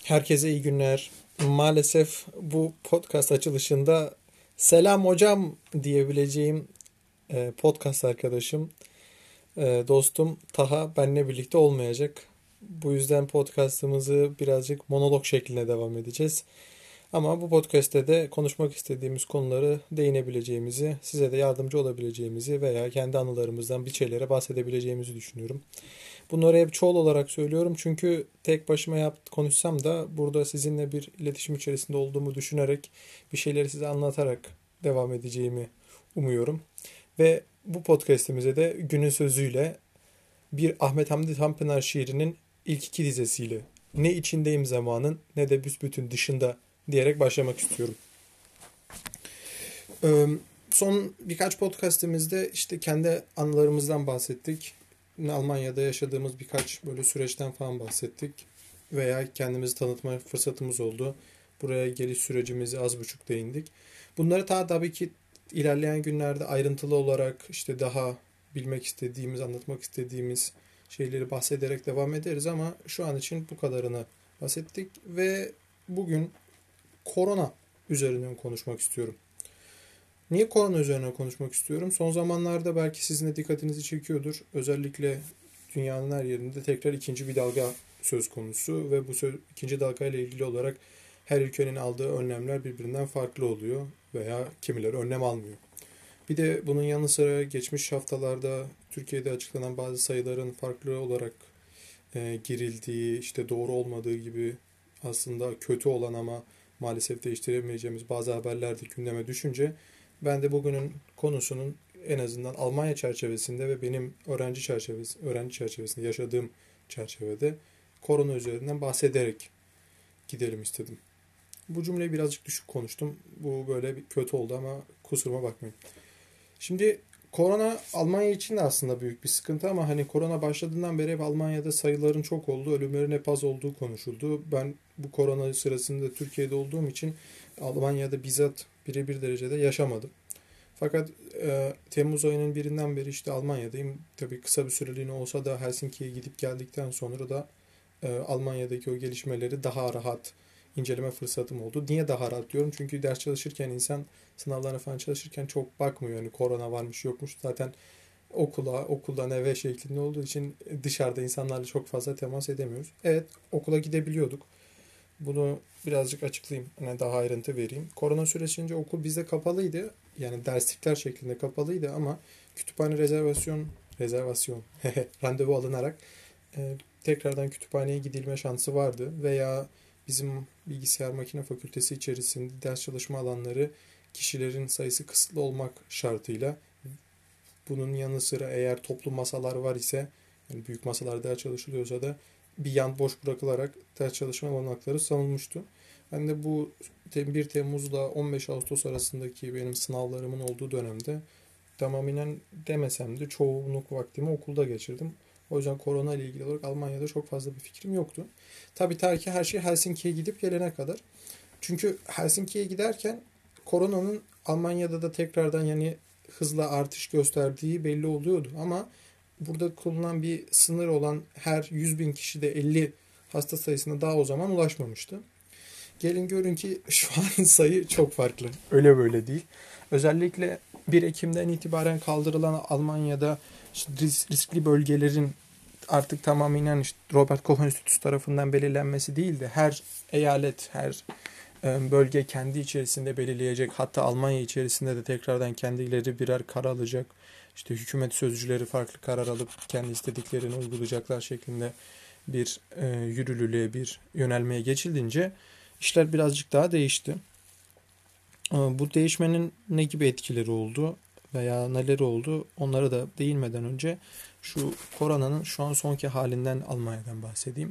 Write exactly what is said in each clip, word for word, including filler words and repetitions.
Herkese iyi günler. Maalesef bu podcast açılışında selam hocam diyebileceğim e, podcast arkadaşım, e, dostum Taha benimle birlikte olmayacak. Bu yüzden podcastımızı birazcık monolog şeklinde devam edeceğiz. Ama bu podcast'te de konuşmak istediğimiz konuları değinebileceğimizi, size de yardımcı olabileceğimizi veya kendi anılarımızdan bir şeylere bahsedebileceğimizi düşünüyorum. Bunları hep çoğul olarak söylüyorum çünkü tek başıma yap, konuşsam da burada sizinle bir iletişim içerisinde olduğumu düşünerek bir şeyleri size anlatarak devam edeceğimi umuyorum. Ve bu podcast'imize de günün sözüyle bir Ahmet Hamdi Tanpınar şiirinin ilk iki dizesiyle ne içindeyim zamanın ne de büsbütün dışında diyerek başlamak istiyorum. Ee, Son birkaç podcast'imizde işte kendi anılarımızdan bahsettik. Almanya'da yaşadığımız birkaç böyle süreçten falan bahsettik. Veya kendimizi tanıtma fırsatımız oldu. Buraya geliş sürecimizi az buçuk değindik. Bunları ta tabii ki ilerleyen günlerde ayrıntılı olarak işte daha bilmek istediğimiz, anlatmak istediğimiz şeyleri bahsederek devam ederiz ama şu an için bu kadarını bahsettik ve bugün korona üzerinden konuşmak istiyorum. Niye korona üzerine konuşmak istiyorum? Son zamanlarda belki sizin de dikkatinizi çekiyordur. Özellikle dünyanın her yerinde tekrar ikinci bir dalga söz konusu ve bu söz, ikinci dalga ile ilgili olarak her ülkenin aldığı önlemler birbirinden farklı oluyor veya kimileri önlem almıyor. Bir de bunun yanı sıra geçmiş haftalarda Türkiye'de açıklanan bazı sayıların farklı olarak e, girildiği, işte doğru olmadığı gibi aslında kötü olan ama maalesef değiştiremeyeceğimiz bazı haberler de gündeme düşünce ben de bugünün konusunun en azından Almanya çerçevesinde ve benim öğrenci çerçevesi, öğrenci çerçevesinde yaşadığım çerçevede korona üzerinden bahsederek gidelim istedim. Bu cümleyi birazcık düşük konuştum. Bu böyle bir kötü oldu ama kusuruma bakmayın. Şimdi korona Almanya için de aslında büyük bir sıkıntı ama hani korona başladığından beri hep Almanya'da sayıların çok olduğu, ölümlerin hep az olduğu konuşuldu. Ben bu korona sırasında Türkiye'de olduğum için Almanya'da bizzat birebir derecede yaşamadım. Fakat e, Temmuz ayının birinden beri işte Almanya'dayım. Tabii kısa bir süreliğine olsa da Helsinki'ye gidip geldikten sonra da e, Almanya'daki o gelişmeleri daha rahat inceleme fırsatım oldu. Niye daha rahat diyorum? Çünkü ders çalışırken insan sınavlarına falan çalışırken çok bakmıyor. Yani korona varmış yokmuş. Zaten okula, okuldan eve şeklinde olduğu için dışarıda insanlarla çok fazla temas edemiyoruz. Evet, okula gidebiliyorduk. Bunu birazcık açıklayayım. Yani daha ayrıntı vereyim. Korona sürecince okul bizde kapalıydı. Yani derslikler şeklinde kapalıydı ama kütüphane rezervasyon rezervasyon randevu alınarak e, tekrardan kütüphaneye gidilme şansı vardı veya bizim bilgisayar makine fakültesi içerisinde ders çalışma alanları kişilerin sayısı kısıtlı olmak şartıyla bunun yanı sıra eğer toplu masalar var ise yani büyük masalar ders çalışılıyorsa da bir yan boş bırakılarak ders çalışma olanakları sanılmıştı. Ben de bu bir Temmuz'la on beş Ağustos arasındaki benim sınavlarımın olduğu dönemde tamamen demesem de çoğunluk vaktimi okulda geçirdim. O yüzden korona ile ilgili olarak Almanya'da çok fazla bir fikrim yoktu. Tabii ta ki her şey Helsinki'ye gidip gelene kadar. Çünkü Helsinki'ye giderken koronanın Almanya'da da tekrardan yani hızla artış gösterdiği belli oluyordu. Ama burada kullanılan bir sınır olan her yüz bin kişide elli hasta sayısına daha o zaman ulaşmamıştı. Gelin görün ki şu an sayı çok farklı. Öyle böyle değil. Özellikle bir Ekim'den itibaren kaldırılan Almanya'da işte riskli bölgelerin artık tamamen işte Robert Koch Enstitüsü tarafından belirlenmesi değil de her eyalet, her bölge kendi içerisinde belirleyecek. Hatta Almanya içerisinde de tekrardan kendileri birer karar alacak. İşte hükümet sözcüleri farklı karar alıp kendi istediklerini uygulayacaklar şeklinde bir e, yürürlülüğe, bir yönelmeye geçilince işler birazcık daha değişti. Bu değişmenin ne gibi etkileri oldu veya neler oldu onlara da değinmeden önce şu koronanın şu an sonki halinden Almanya'dan bahsedeyim.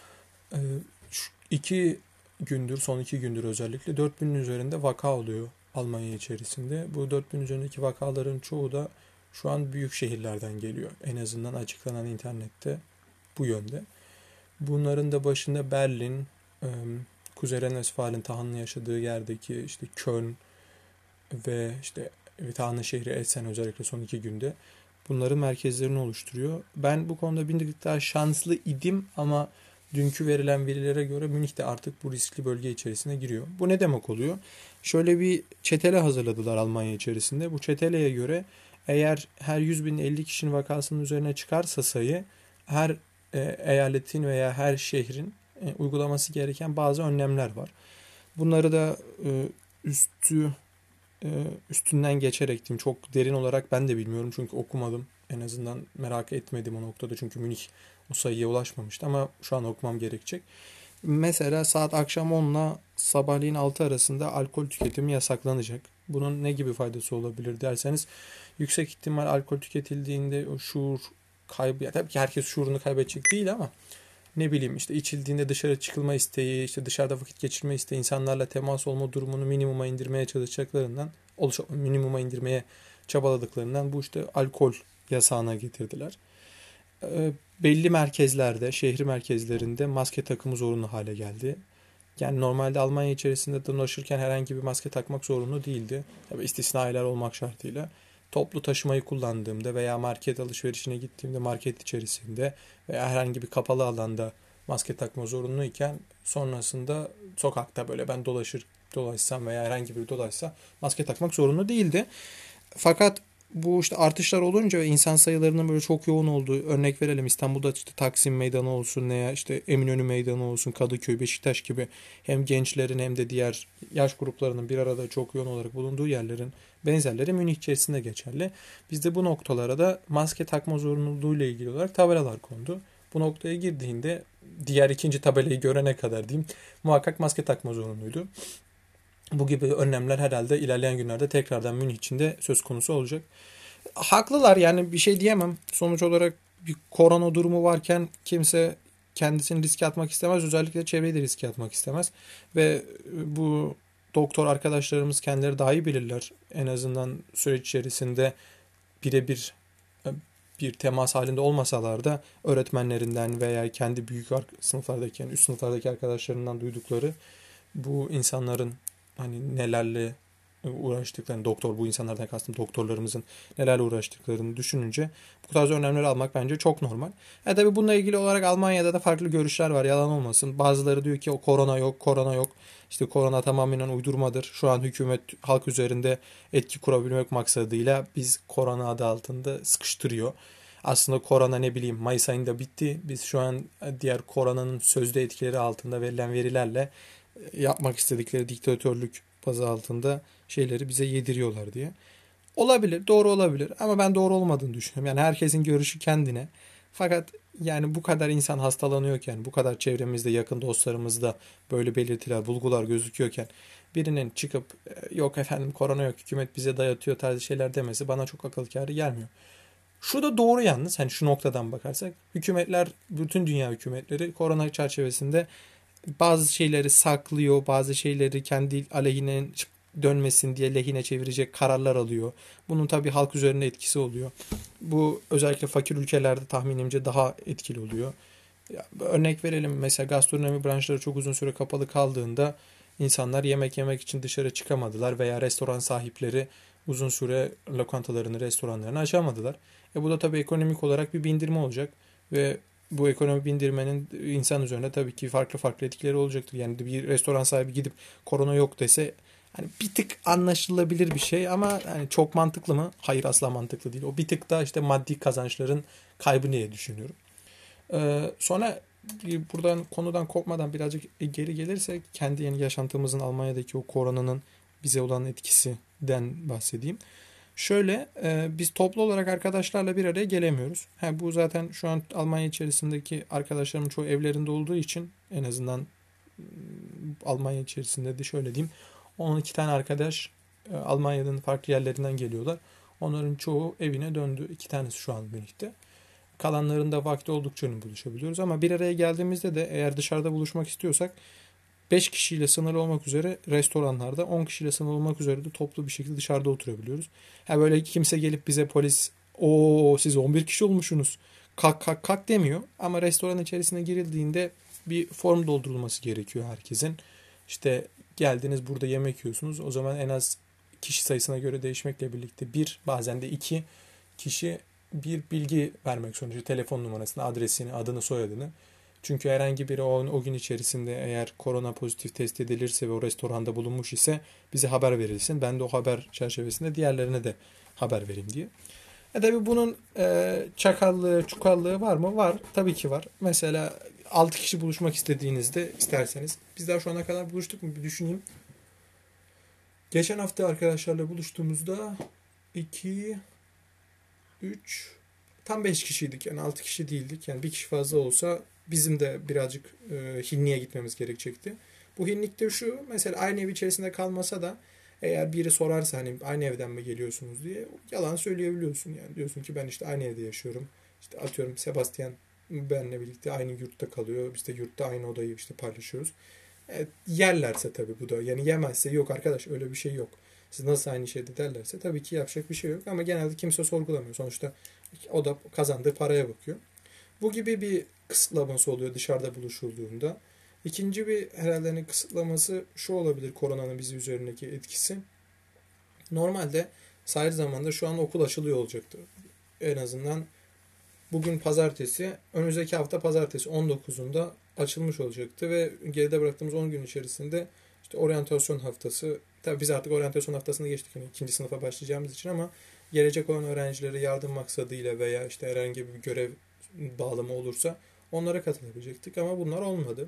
Şu iki gündür, son iki gündür özellikle dört binin üzerinde vaka oluyor Almanya içerisinde. Bu dört bin üzerindeki vakaların çoğu da şu an büyük şehirlerden geliyor. En azından açıklanan internette bu yönde. Bunların da başında Berlin, Kuzey Rennes-Westfalen'ın yaşadığı yerdeki işte Köln ve işte Vitan'ın şehri Essen özellikle son iki günde bunların merkezlerini oluşturuyor. Ben bu konuda bir tık daha şanslı idim ama dünkü verilen verilere göre Münih de artık bu riskli bölge içerisine giriyor. Bu ne demek oluyor? Şöyle bir çetele hazırladılar Almanya içerisinde. Bu çeteleye göre eğer her yüz bin elli kişinin vakasının üzerine çıkarsa sayı, her e, eyaletin veya her şehrin e, uygulaması gereken bazı önlemler var. Bunları da e, üstü e, üstünden geçerek diyeyim. Çok derin olarak ben de bilmiyorum çünkü okumadım. En azından merak etmedim o noktada çünkü Münih o sayıya ulaşmamıştı ama şu an okumam gerekecek. Mesela saat akşam on ile sabahleyin altı arasında alkol tüketimi yasaklanacak. Bunun ne gibi faydası olabilir derseniz yüksek ihtimal alkol tüketildiğinde o şuur kaybı, ya tabii ki herkes şuurunu kaybedecek değil ama ne bileyim işte içildiğinde dışarı çıkılma isteği, işte dışarıda vakit geçirme isteği, insanlarla temas olma durumunu minimuma indirmeye çalışacaklarından, minimuma indirmeye çabaladıklarından bu işte alkol yasağına getirdiler. E, belli merkezlerde, şehir merkezlerinde maske takımı zorunlu hale geldi. Yani normalde Almanya içerisinde dolaşırken herhangi bir maske takmak zorunlu değildi. Tabii istisnailer olmak şartıyla. Toplu taşımayı kullandığımda veya market alışverişine gittiğimde market içerisinde veya herhangi bir kapalı alanda maske takma zorunluyken sonrasında sokakta böyle ben dolaşır dolaşsam veya herhangi biri dolaşsa maske takmak zorunlu değildi. Fakat bu işte artışlar olunca ve insan sayılarının böyle çok yoğun olduğu, örnek verelim İstanbul'da işte Taksim Meydanı olsun veya işte Eminönü Meydanı olsun, Kadıköy, Beşiktaş gibi hem gençlerin hem de diğer yaş gruplarının bir arada çok yoğun olarak bulunduğu yerlerin benzerleri Münih içerisinde geçerli. Bizde bu noktalara da maske takma zorunluluğu ile ilgili olarak tabelalar kondu. Bu noktaya girdiğinde diğer ikinci tabelayı görene kadar diyeyim muhakkak maske takma zorunluydu. Bu gibi önlemler herhalde ilerleyen günlerde tekrardan Münih içinde söz konusu olacak. Haklılar yani bir şey diyemem. Sonuç olarak bir korona durumu varken kimse kendisini riske atmak istemez. Özellikle çevreyi de riske atmak istemez. Ve bu doktor arkadaşlarımız kendileri daha iyi bilirler. En azından süreç içerisinde birebir bir temas halinde olmasalar da öğretmenlerinden veya kendi büyük sınıflardaki, yani üst sınıflardaki arkadaşlarından duydukları bu insanların hani nelerle uğraştıklarını, doktor bu insanlardan kastım doktorlarımızın nelerle uğraştıklarını düşününce bu tarz önlemleri almak bence çok normal. E tabi bununla ilgili olarak Almanya'da da farklı görüşler var, yalan olmasın. Bazıları diyor ki o korona yok, korona yok. İşte korona tamamen uydurmadır. Şu an hükümet halk üzerinde etki kurabilmek maksadıyla biz korona adı altında sıkıştırıyor. Aslında korona ne bileyim Mayıs ayında bitti. Biz şu an diğer koronanın sözde etkileri altında verilen verilerle yapmak istedikleri diktatörlük bazı altında şeyleri bize yediriyorlar diye. Olabilir, doğru olabilir ama ben doğru olmadığını düşünüyorum. Yani herkesin görüşü kendine. Fakat yani bu kadar insan hastalanıyorken, bu kadar çevremizde, yakın dostlarımızda böyle belirtiler, bulgular gözüküyorken birinin çıkıp yok efendim korona yok, hükümet bize dayatıyor tarzı şeyler demesi bana çok akıl kârı gelmiyor. Şu da doğru yalnız, hani şu noktadan bakarsak hükümetler, bütün dünya hükümetleri korona çerçevesinde bazı şeyleri saklıyor, bazı şeyleri kendi aleyhine dönmesin diye lehine çevirecek kararlar alıyor. Bunun tabii halk üzerinde etkisi oluyor. Bu özellikle fakir ülkelerde tahminimce daha etkili oluyor. Ya, örnek verelim, mesela gastronomi branşları çok uzun süre kapalı kaldığında insanlar yemek yemek için dışarı çıkamadılar veya restoran sahipleri uzun süre lokantalarını, restoranlarını açamadılar. E bu da tabii ekonomik olarak bir bindirme olacak ve bu ekonomi bindirmenin insan üzerine tabii ki farklı farklı etkileri olacaktır. Yani bir restoran sahibi gidip korona yok dese hani bir tık anlaşılabilir bir şey ama hani çok mantıklı mı? Hayır, asla mantıklı değil. O bir tık da işte maddi kazançların kaybı diye düşünüyorum. Ee, sonra buradan konudan kopmadan birazcık geri gelirsek kendi yeni yaşantımızın Almanya'daki o koronanın bize olan etkisinden bahsedeyim. Şöyle e, biz toplu olarak arkadaşlarla bir araya gelemiyoruz. Ha, bu zaten şu an Almanya içerisindeki arkadaşlarımın çoğu evlerinde olduğu için en azından Almanya içerisinde de şöyle diyeyim. on iki tane arkadaş e, Almanya'nın farklı yerlerinden geliyorlar. Onların çoğu evine döndü. İki tanesi şu an birlikte. Kalanlarında vakti oldukça buluşabiliyoruz ama bir araya geldiğimizde de eğer dışarıda buluşmak istiyorsak beş kişiyle sınırlı olmak üzere restoranlarda, on kişiyle sınırlı olmak üzere de toplu bir şekilde dışarıda oturabiliyoruz. Ha böyle kimse gelip bize polis o siz on bir kişi olmuşsunuz kalk kalk kalk demiyor. Ama restoran içerisine girildiğinde bir form doldurulması gerekiyor herkesin. İşte geldiniz burada yemek yiyorsunuz. O zaman en az kişi sayısına göre değişmekle birlikte bir bazen de iki kişi bir bilgi vermek zorunda. Telefon numarasını, adresini, adını, soyadını Çünkü herhangi biri o, o gün içerisinde eğer korona pozitif test edilirse ve o restoranda bulunmuş ise bize haber verilsin. Ben de o haber çerçevesinde diğerlerine de haber vereyim diye. E tabi bunun e, çakallığı, çukallığı var mı? Var. Tabii ki var. Mesela altı kişi buluşmak istediğinizde isterseniz. Biz daha şu ana kadar buluştuk mu bir düşüneyim. Geçen hafta arkadaşlarla buluştuğumuzda iki, üç, tam beş kişiydik. Yani altı kişi değildik. Yani bir kişi fazla olsa bizim de birazcık e, Hinli'ye gitmemiz gerekecekti. Bu Hinlik de şu, mesela aynı ev içerisinde kalmasa da eğer biri sorarsa hani aynı evden mi geliyorsunuz diye yalan söyleyebiliyorsun. Yani diyorsun ki ben işte aynı evde yaşıyorum. İşte atıyorum Sebastian benle birlikte aynı yurtta kalıyor. Biz de yurtta aynı odayı işte paylaşıyoruz. Evet, yerlerse tabii bu da. Yani yemezse yok arkadaş öyle bir şey yok. Siz nasıl aynı şeyde derlerse tabii ki yapacak bir şey yok. Ama genelde kimse sorgulamıyor. Sonuçta o da kazandığı paraya bakıyor. Bu gibi bir kısıtlaması oluyor dışarıda buluşulduğunda. İkinci bir herhalde hani kısıtlaması şu olabilir koronanın bizi üzerindeki etkisi. Normalde sahil zamanda şu an okul açılıyor olacaktı. En azından bugün pazartesi, önümüzdeki hafta pazartesi on dokuzunda açılmış olacaktı ve geride bıraktığımız on gün içerisinde işte oryantasyon haftası, tabii biz artık oryantasyon haftasını geçtik yani ikinci sınıfa başlayacağımız için ama gelecek olan öğrencilere yardım maksadıyla veya işte herhangi bir görev bağlamı olursa onlara katılabilecektik ama bunlar olmadı.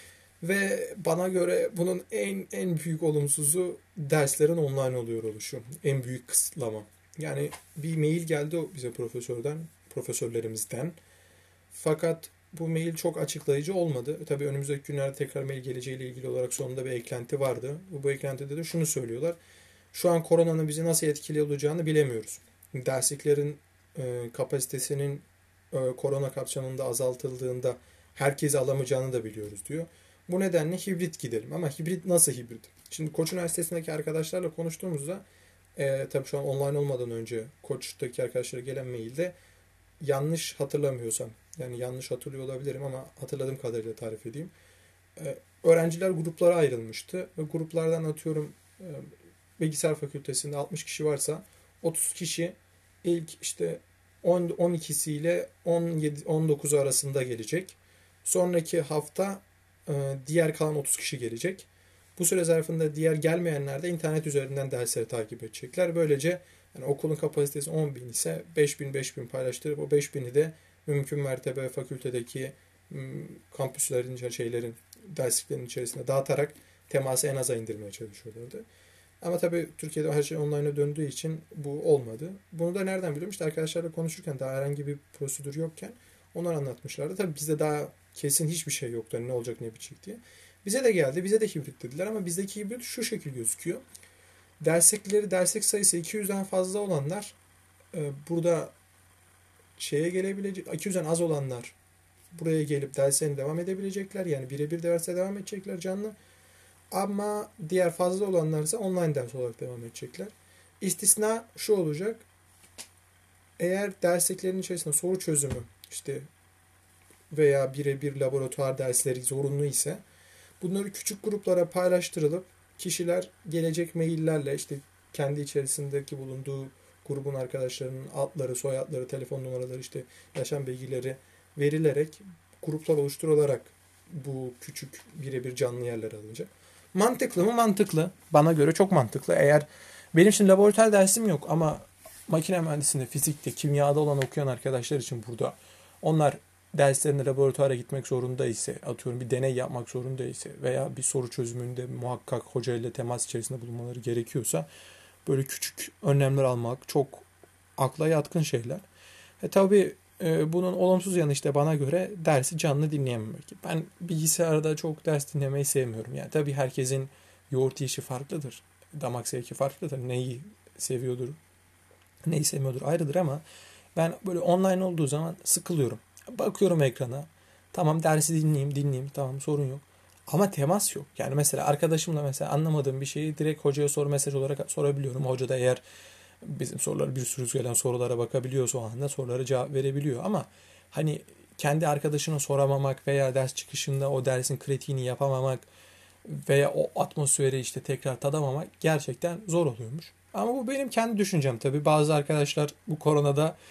Ve bana göre bunun en en büyük olumsuzu derslerin online oluyor oluşu. En büyük kısıtlama. Yani bir mail geldi bize profesörden, profesörlerimizden. Fakat bu mail çok açıklayıcı olmadı. Tabii önümüzdeki günlerde tekrar mail geleceğiyle ilgili olarak sonunda bir eklenti vardı. Bu eklentide de şunu söylüyorlar. Şu an koronanın bizi nasıl etkili olacağını bilemiyoruz. Dersliklerin e, kapasitesinin e, korona kapsamında azaltıldığında herkesi alamayacağını da biliyoruz diyor. Bu nedenle hibrit gidelim. Ama hibrit nasıl hibrit? Şimdi Koç Üniversitesi'ndeki arkadaşlarla konuştuğumuzda e, tabii şu an online olmadan önce Koç'taki arkadaşlara gelen mailde yanlış hatırlamıyorsam yani yanlış hatırlıyor olabilirim ama hatırladığım kadarıyla tarif edeyim. E, öğrenciler gruplara ayrılmıştı ve gruplardan atıyorum e, bilgisayar fakültesinde altmış kişi varsa otuz kişi ilk işte on, on ikisiyle on yedi on dokuz arasında gelecek. Sonraki hafta e, diğer kalan otuz kişi gelecek. Bu süre zarfında diğer gelmeyenler de internet üzerinden dersleri takip edecekler. Böylece yani okulun kapasitesi on bin ise beş bin beş bin paylaştırıp o beş bini de mümkün mertebe fakültedeki kampüslerin, şeylerin, dersliklerin içerisinde dağıtarak teması en aza indirmeye çalışıyorlardı. Ama tabii Türkiye'de her şey online'a döndüğü için bu olmadı. Bunu da nereden biliyorum? İşte arkadaşlarla konuşurken daha herhangi bir prosedür yokken onlar anlatmışlardı. Tabii bizde daha kesin hiçbir şey yoktu. Hani ne olacak ne bitecek diye. Bize de geldi. Bize de hibrit dediler ama bizdeki hibrit şu şekil gözüküyor. Derslikleri, derslik sayısı iki yüzden fazla olanlar e, burada şeye gelebilecek, iki yüzden az olanlar buraya gelip derslerine devam edebilecekler. Yani birebir derse devam edecekler canlı. Ama diğer fazla olanlar ise online ders olarak devam edecekler. İstisna şu olacak. Eğer dersliklerin içerisinde soru çözümü işte veya birebir laboratuvar dersleri zorunlu ise bunları küçük gruplara paylaştırılıp kişiler gelecek maillerle işte kendi içerisindeki bulunduğu grubun arkadaşlarının adları, soyadları, telefon numaraları, işte yaşam bilgileri verilerek gruplar oluşturularak bu küçük birebir canlı yerler alınacak. Mantıklı mı? Mantıklı. Bana göre çok mantıklı. Eğer benim şimdi laboratuvar dersim yok ama makine mühendisliğinde, fizikte, kimyada olan okuyan arkadaşlar için burada onlar derslerinde laboratuvara gitmek zorunda ise, atıyorum bir deney yapmak zorunda ise veya bir soru çözümünde muhakkak hoca ile temas içerisinde bulunmaları gerekiyorsa böyle küçük önlemler almak çok akla yatkın şeyler. E tabii e, bunun olumsuz yanı işte bana göre dersi canlı dinleyememek. Ben bilgisayarda çok ders dinlemeyi sevmiyorum. Yani tabii herkesin yoğurt yiyişi farklıdır. Damak zevki farklıdır. Neyi seviyordur, neyi sevmiyordur ayrıdır ama ben böyle online olduğu zaman sıkılıyorum. Bakıyorum ekrana. Tamam dersi dinleyeyim, dinleyeyim. Tamam sorun yok. Ama temas yok. Yani mesela arkadaşımla mesela anlamadığım bir şeyi direkt hocaya soru mesaj olarak sorabiliyorum. Hoca da eğer bizim soruları bir sürü gelen sorulara bakabiliyorsa o anda sorulara cevap verebiliyor. Ama hani kendi arkadaşına soramamak veya ders çıkışında o dersin kritiğini yapamamak veya o atmosferi işte tekrar tadamamak gerçekten zor oluyormuş. Ama bu benim kendi düşüncem tabii. Bazı arkadaşlar bu koronada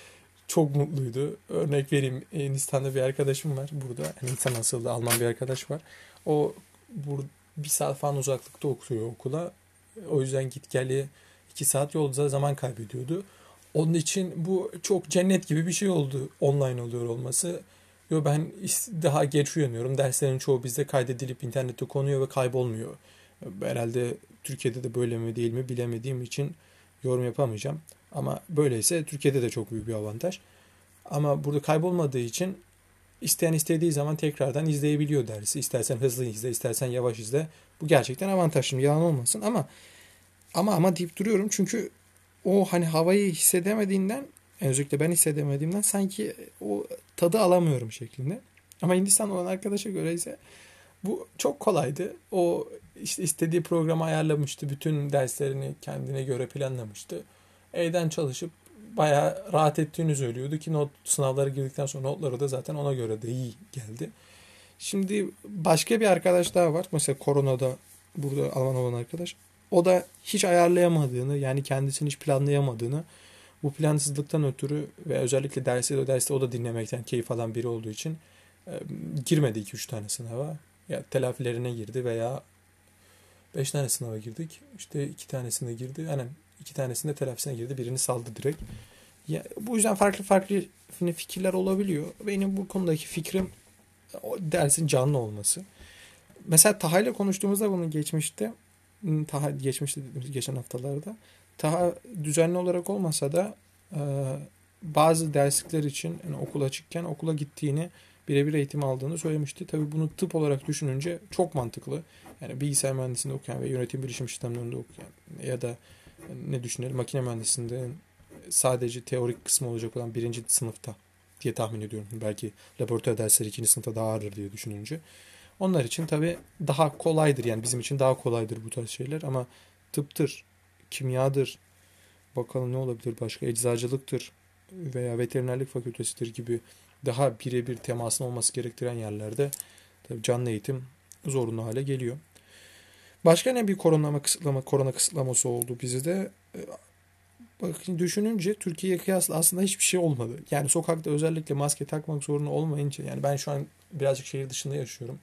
çok mutluydu. Örnek vereyim. Hindistan'da bir arkadaşım var burada. Hindistan asıllı Alman bir arkadaş var. O bur bir saat falan uzaklıkta okuyor okula. O yüzden git geli iki saat yolda zaman kaybediyordu. Onun için bu çok cennet gibi bir şey oldu online oluyor olması. Yo ben daha geç uyanıyorum. Derslerin çoğu bizde kaydedilip internette konuyor ve kaybolmuyor. Herhalde Türkiye'de de böyle mi değil mi bilemediğim için yorum yapamayacağım. Ama böyleyse Türkiye'de de çok büyük bir avantaj. Ama burada kaybolmadığı için isteyen istediği zaman tekrardan izleyebiliyor dersi. İstersen hızlı izle, istersen yavaş izle. Bu gerçekten avantaj. Şimdi yalan olmasın ama ama ama deyip duruyorum çünkü o hani havayı hissedemediğinden, özellikle ben hissedemediğimden sanki o tadı alamıyorum şeklinde. Ama Hindistan olan arkadaşa göre ise bu çok kolaydı. O işte istediği programı ayarlamıştı. Bütün derslerini kendine göre planlamıştı. Evden çalışıp bayağı rahat ettiğini söylüyordu ki not sınavlara girdikten sonra notları da zaten ona göre de iyi geldi. Şimdi başka bir arkadaş daha var. Mesela koronada burada Alman olan arkadaş. O da hiç ayarlayamadığını, yani kendisini hiç planlayamadığını, bu plansızlıktan ötürü ve özellikle derste de derste o da dinlemekten keyif alan biri olduğu için e, girmedi iki üç tane sınava. Ya telafilerine girdi veya beş tane sınava girdik. İşte iki tanesine girdi. Yani iki tanesinde telafisine girdi. Birini saldı direkt. Ya, bu yüzden farklı farklı fikirler olabiliyor. Benim bu konudaki fikrim o dersin canlı olması. Mesela Taha ile konuştuğumuzda bunu geçmişte Taha geçmişte geçen haftalarda Taha düzenli olarak olmasa da e, bazı derslikler için yani okul açıkken okula gittiğini, birebir eğitim aldığını söylemişti. Tabii bunu tıp olarak düşününce çok mantıklı. Yani bilgisayar mühendisliğinde okuyan ve yönetim bilişim sistemlerinde okuyan ya da ne düşünelim makine mühendisliğinde sadece teorik kısmı olacak olan birinci sınıfta diye tahmin ediyorum. Belki laboratuvar dersleri ikinci sınıfta daha ağırdır diye düşününce. Onlar için tabii daha kolaydır, yani bizim için daha kolaydır bu tarz şeyler ama tıptır, kimyadır, bakalım ne olabilir başka, eczacılıktır veya veterinerlik fakültesidir gibi daha birebir temasın olması gerektiren yerlerde tabii canlı eğitim zorunlu hale geliyor. Başka ne bir korona kısıtlama, korona kısıtlaması oldu bizde. Bakın düşününce Türkiye'ye kıyasla aslında hiçbir şey olmadı. Yani sokakta özellikle maske takmak zorunda olmayınca, yani ben şu an birazcık şehir dışında yaşıyorum.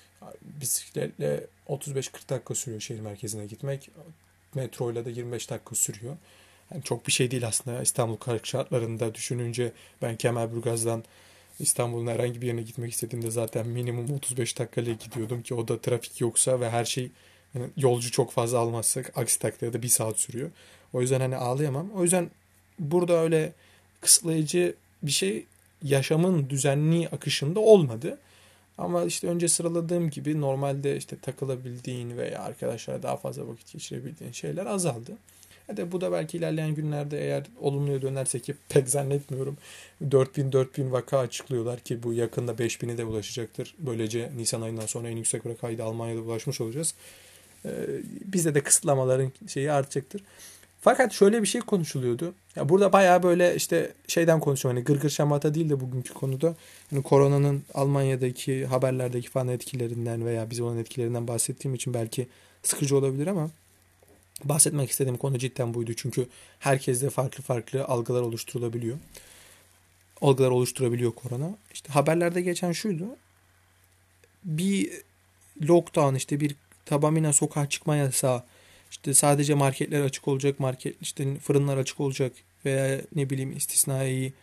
Bisikletle otuz beş kırk dakika sürüyor şehir merkezine gitmek. Metroyla da yirmi beş dakika sürüyor. Yani çok bir şey değil aslında İstanbul kar şartlarında düşününce. Ben Kemerburgaz'dan İstanbul'un herhangi bir yerine gitmek istediğimde zaten minimum otuz beş dakikayla gidiyordum ki o da trafik yoksa ve her şey yani yolcu çok fazla almazsak, aksi takdirde bir saat sürüyor. O yüzden hani ağlayamam. O yüzden burada öyle kısıtlayıcı bir şey yaşamın düzenli akışında olmadı. Ama işte önce sıraladığım gibi normalde işte takılabildiğin veya arkadaşlarla daha fazla vakit geçirebildiğin şeyler azaldı. E de bu da belki ilerleyen günlerde eğer olumluya dönerse ki pek zannetmiyorum. dört bin dört bin vaka açıklıyorlar ki bu yakında beş bine de ulaşacaktır. Böylece Nisan ayından sonra en yüksek vakayı da Almanya'da ulaşmış olacağız. Ee, bizde de kısıtlamaların şeyi artacaktır. Fakat şöyle bir şey konuşuluyordu. Ya burada bayağı böyle işte şeyden konuşuyorum. Hani gırgır şamata değil de bugünkü konuda. Hani koronanın Almanya'daki haberlerdeki falan etkilerinden veya bize olan etkilerinden bahsettiğim için belki sıkıcı olabilir ama bahsetmek istediğim konu cidden buydu. Çünkü herkeste farklı farklı algılar oluşturulabiliyor. Algılar oluşturabiliyor korona. İşte haberlerde geçen şuydu. Bir lockdown, işte bir tamamen sokağa çıkma yasağı, işte sadece marketler açık olacak, market işte fırınlar açık olacak veya ne bileyim istisnai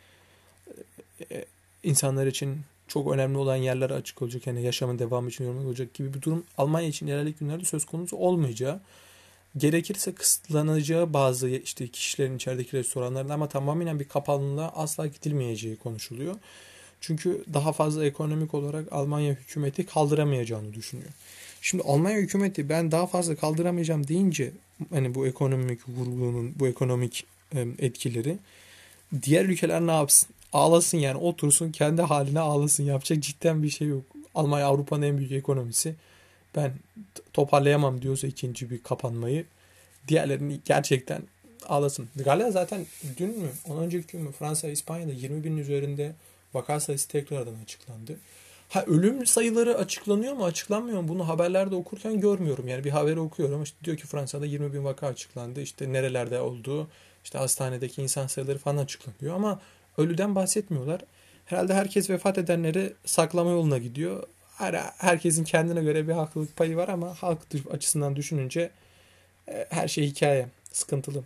e, insanlar için çok önemli olan yerler açık olacak, yani yaşamın devamı için yorumlu olacak gibi bir durum Almanya için ilerleyen günlerde söz konusu olmayacağı, gerekirse kısıtlanacağı bazı işte kişilerin içerideki restoranlarda ama tamamen bir kapanlılığa asla gidilmeyeceği konuşuluyor. Çünkü daha fazla ekonomik olarak Almanya hükümeti kaldıramayacağını düşünüyor. Şimdi Almanya hükümeti ben daha fazla kaldıramayacağım deyince hani bu ekonomik vurgunun, bu ekonomik etkileri, diğer ülkeler ne yapsın? Ağlasın, yani otursun kendi haline ağlasın. Yapacak cidden bir şey yok. Almanya Avrupa'nın en büyük ekonomisi. Ben toparlayamam diyorsa ikinci bir kapanmayı, diğerlerini gerçekten ağlasın. Galiba zaten dün mü, ondan önceki gün mü Fransa, İspanya'da yirmi binin üzerinde vaka sayısı tekrardan açıklandı. Ha, ölüm sayıları açıklanıyor mu açıklanmıyor mu bunu haberlerde okurken görmüyorum. Yani bir haberi okuyorum işte diyor ki Fransa'da yirmi bin vaka açıklandı. İşte nerelerde olduğu, işte hastanedeki insan sayıları falan açıklanıyor ama ölüden bahsetmiyorlar. Herhalde herkes vefat edenleri saklama yoluna gidiyor. Her, herkesin kendine göre bir haklılık payı var ama halk açısından düşününce e, her şey hikaye, sıkıntılı.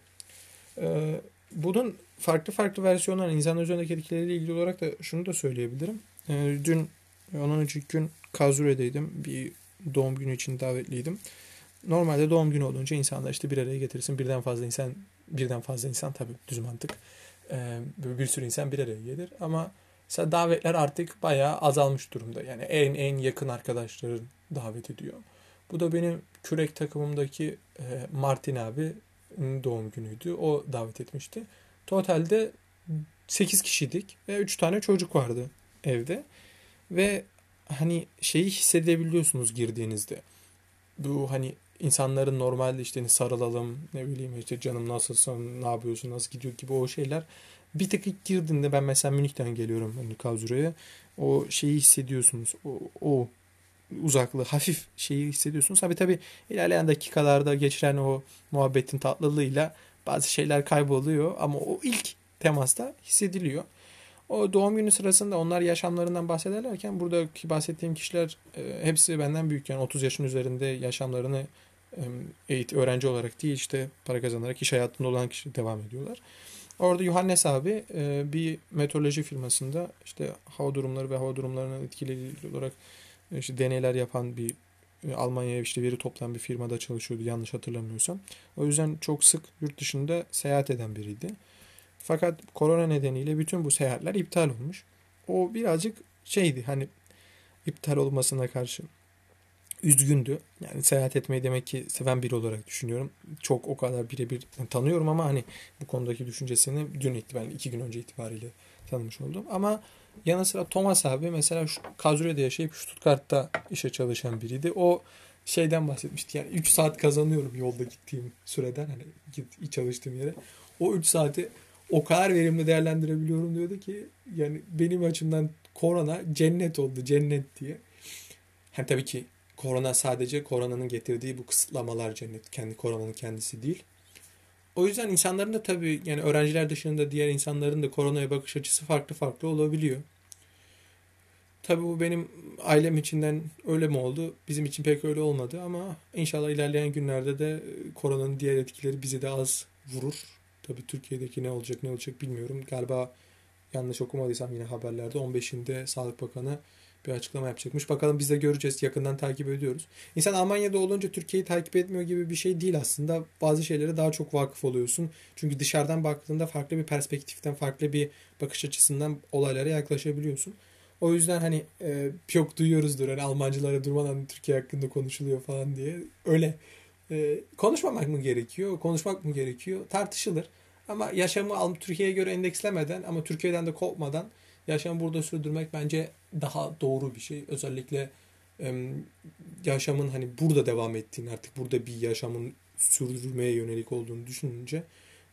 E, bunun farklı farklı versiyonları, insanlar üzerindeki etkileriyle ilgili olarak da şunu da söyleyebilirim. E, dün, ondan önceki gün Kazure'deydim. Bir doğum günü için davetliydim. Normalde doğum günü olunca insanlar işte bir araya getirsin. Birden fazla insan, birden fazla insan tabii düz mantık. Ee, bir sürü insan bir araya gelir. Ama mesela davetler artık bayağı azalmış durumda. Yani en en yakın arkadaşların davet ediyor. Bu da benim kürek takımımdaki e, Martin abi doğum günüydü. O davet etmişti. Totalde sekiz kişiydik ve üç tane çocuk vardı evde. Ve hani şeyi hissedebiliyorsunuz girdiğinizde. Bu hani insanların normalde işte hani sarılalım, ne bileyim işte canım nasılsın, ne yapıyorsun, nasıl gidiyor gibi o şeyler. Bir tık ilk girdiğinde, ben mesela Münih'ten geliyorum hani Karlsruhe'ye, o şeyi hissediyorsunuz. O, o uzaklığı, hafif şeyi hissediyorsunuz. Tabii tabii ilerleyen dakikalarda geçiren o muhabbetin tatlılığıyla bazı şeyler kayboluyor ama o ilk temasta hissediliyor. O doğum günü sırasında onlar yaşamlarından bahsederlerken buradaki bahsettiğim kişiler e, hepsi benden büyük. Yani otuz yaşın üzerinde yaşamlarını e, eğitim, öğrenci olarak değil işte para kazanarak iş hayatında olan kişi devam ediyorlar. Orada Johannes abi e, bir meteoroloji firmasında işte hava durumları ve hava durumlarının etkileri olarak e, işte deneyler yapan bir e, Almanya'ya işte veri toplayan bir firmada çalışıyordu yanlış hatırlamıyorsam. O yüzden çok sık yurt dışında seyahat eden biriydi. Fakat korona nedeniyle bütün bu seyahatler iptal olmuş. O birazcık şeydi hani iptal olmasına karşı üzgündü. Yani seyahat etmeyi demek ki seven biri olarak düşünüyorum. Çok o kadar birebir tanıyorum ama hani bu konudaki düşüncesini dün itibaren iki gün önce itibariyle tanımış oldum. Ama yanı sıra Thomas abi mesela şu Karlsruhe'de yaşayıp Stuttgart'ta işe çalışan biriydi. O şeyden bahsetmişti. Yani üç saat kazanıyorum yolda gittiğim süreden hani git, çalıştığım yere. O üç saati o kadar verimli değerlendirebiliyorum diyordu ki yani benim açımdan korona cennet oldu, cennet diye. Hem tabii ki korona sadece koronanın getirdiği bu kısıtlamalar cennet. Kendi koronanın kendisi değil. O yüzden insanların da tabii yani öğrenciler dışında diğer insanların da koronaya bakış açısı farklı farklı olabiliyor. Tabii bu benim ailem içinden öyle mi oldu? Bizim için pek öyle olmadı ama inşallah ilerleyen günlerde de koronanın diğer etkileri bizi de az vurur. Tabii Türkiye'deki ne olacak ne olacak bilmiyorum. Galiba yanlış okumadıysam yine haberlerde on beşinde Sağlık Bakanı bir açıklama yapacakmış. Bakalım biz de göreceğiz. Yakından takip ediyoruz. İnsan Almanya'da olunca Türkiye'yi takip etmiyor gibi bir şey değil aslında. Bazı şeylere daha çok vakıf oluyorsun. Çünkü dışarıdan baktığında farklı bir perspektiften, farklı bir bakış açısından olaylara yaklaşabiliyorsun. O yüzden hani e, çok duyuyoruzdur. Hani Almancılara durmadan Türkiye hakkında konuşuluyor falan diye. Öyle. E, konuşmamak mı gerekiyor? Konuşmak mı gerekiyor? Tartışılır. Ama yaşamı Türkiye'ye göre endekslemeden ama Türkiye'den de kopmadan yaşamı burada sürdürmek bence daha doğru bir şey. Özellikle yaşamın hani burada devam ettiğini, artık burada bir yaşamın sürdürmeye yönelik olduğunu düşününce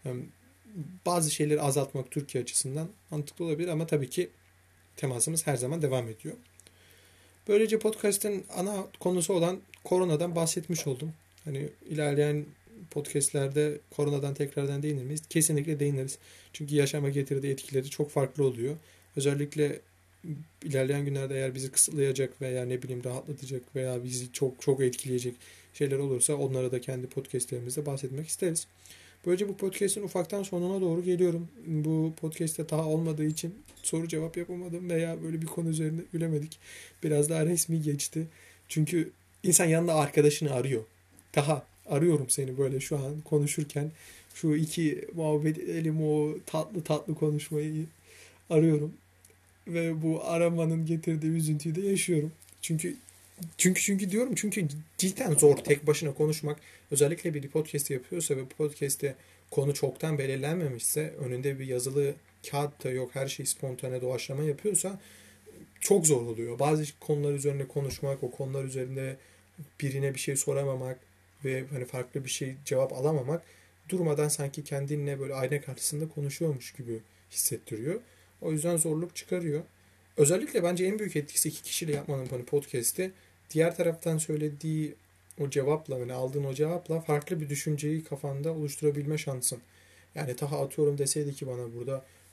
bazı şeyleri azaltmak Türkiye açısından mantıklı olabilir ama tabii ki temasımız her zaman devam ediyor. Böylece podcast'ın ana konusu olan koronadan bahsetmiş oldum. Hani ilerleyen podcastlerde koronadan tekrardan değinir miyiz? Kesinlikle değiniriz. Çünkü yaşama getirdiği etkileri çok farklı oluyor. Özellikle ilerleyen günlerde eğer bizi kısıtlayacak veya ne bileyim rahatlatacak veya bizi çok çok etkileyecek şeyler olursa onlara da kendi podcastlerimizde bahsetmek isteriz. Böylece bu podcast'in ufaktan sonuna doğru geliyorum. Bu podcast'te daha olmadığı için soru cevap yapamadım veya böyle bir konu üzerinde gülemedik. Biraz daha resmi geçti. Çünkü insan yanında arkadaşını arıyor. Daha arıyorum seni böyle şu an konuşurken. Şu iki muhabbet edelim, o tatlı tatlı konuşmayı arıyorum. Ve bu aramanın getirdiği üzüntüyü de yaşıyorum. Çünkü çünkü çünkü diyorum çünkü cidden zor tek başına konuşmak. Özellikle bir podcast yapıyorsa ve bu podcast'te konu çoktan belirlenmemişse, önünde bir yazılı kağıt da yok, her şey spontane doğaçlama yapıyorsa çok zor oluyor. Bazı konular üzerine konuşmak, o konular üzerinde birine bir şey soramamak ve hani farklı bir şey cevap alamamak durmadan sanki kendinle böyle ayna karşısında konuşuyormuş gibi hissettiriyor. O yüzden zorluk çıkarıyor. Özellikle bence en büyük etkisi iki kişiyle yapmanın hani podcast'i. Diğer taraftan söylediği o cevapla, yani aldığın o cevapla farklı bir düşünceyi kafanda oluşturabilme şansın. Yani Taha atıyorum deseydi ki bana burada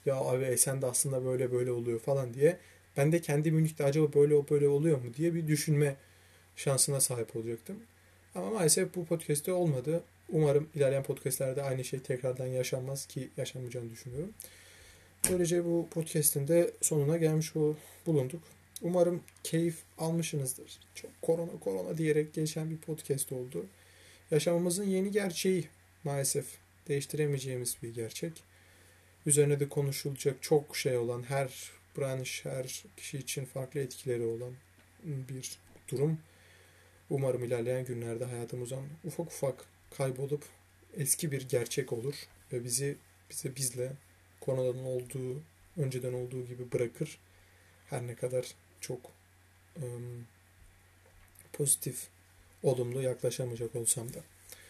ya abi Esen'de aslında böyle böyle oluyor falan diye. Ben de kendi Münih'te acaba böyle böyle oluyor mu diye bir düşünme şansına sahip olacaktım. Ama maalesef bu podcast'te olmadı. Umarım ilerleyen podcast'lerde aynı şey tekrardan yaşanmaz ki yaşanmayacağını düşünüyorum. Böylece bu podcast'in de sonuna gelmiş bulunduk. Umarım keyif almışsınızdır. Çok korona korona diyerek geçen bir podcast oldu. Yaşamımızın yeni gerçeği maalesef değiştiremeyeceğimiz bir gerçek. Üzerine de konuşulacak çok şey olan, her branş, her kişi için farklı etkileri olan bir durum. Umarım ilerleyen günlerde hayatımızdan ufak ufak kaybolup eski bir gerçek olur ve bizi bize bizle koronadan olduğu, önceden olduğu gibi bırakır. Her ne kadar çok ım, pozitif, olumlu yaklaşamayacak olsam da.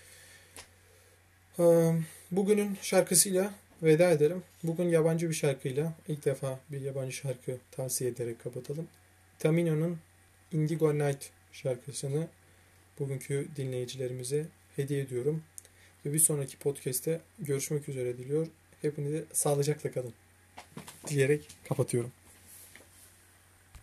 Im, bugünün şarkısıyla veda edelim. Bugün yabancı bir şarkıyla ilk defa bir yabancı şarkı tavsiye ederek kapatalım. Tamino'nun Indigo Night şarkısını bugünkü dinleyicilerimize hediye ediyorum. Ve bir sonraki podcast'te görüşmek üzere diliyor. Hepinize sağlıcakla kalın diyerek kapatıyorum.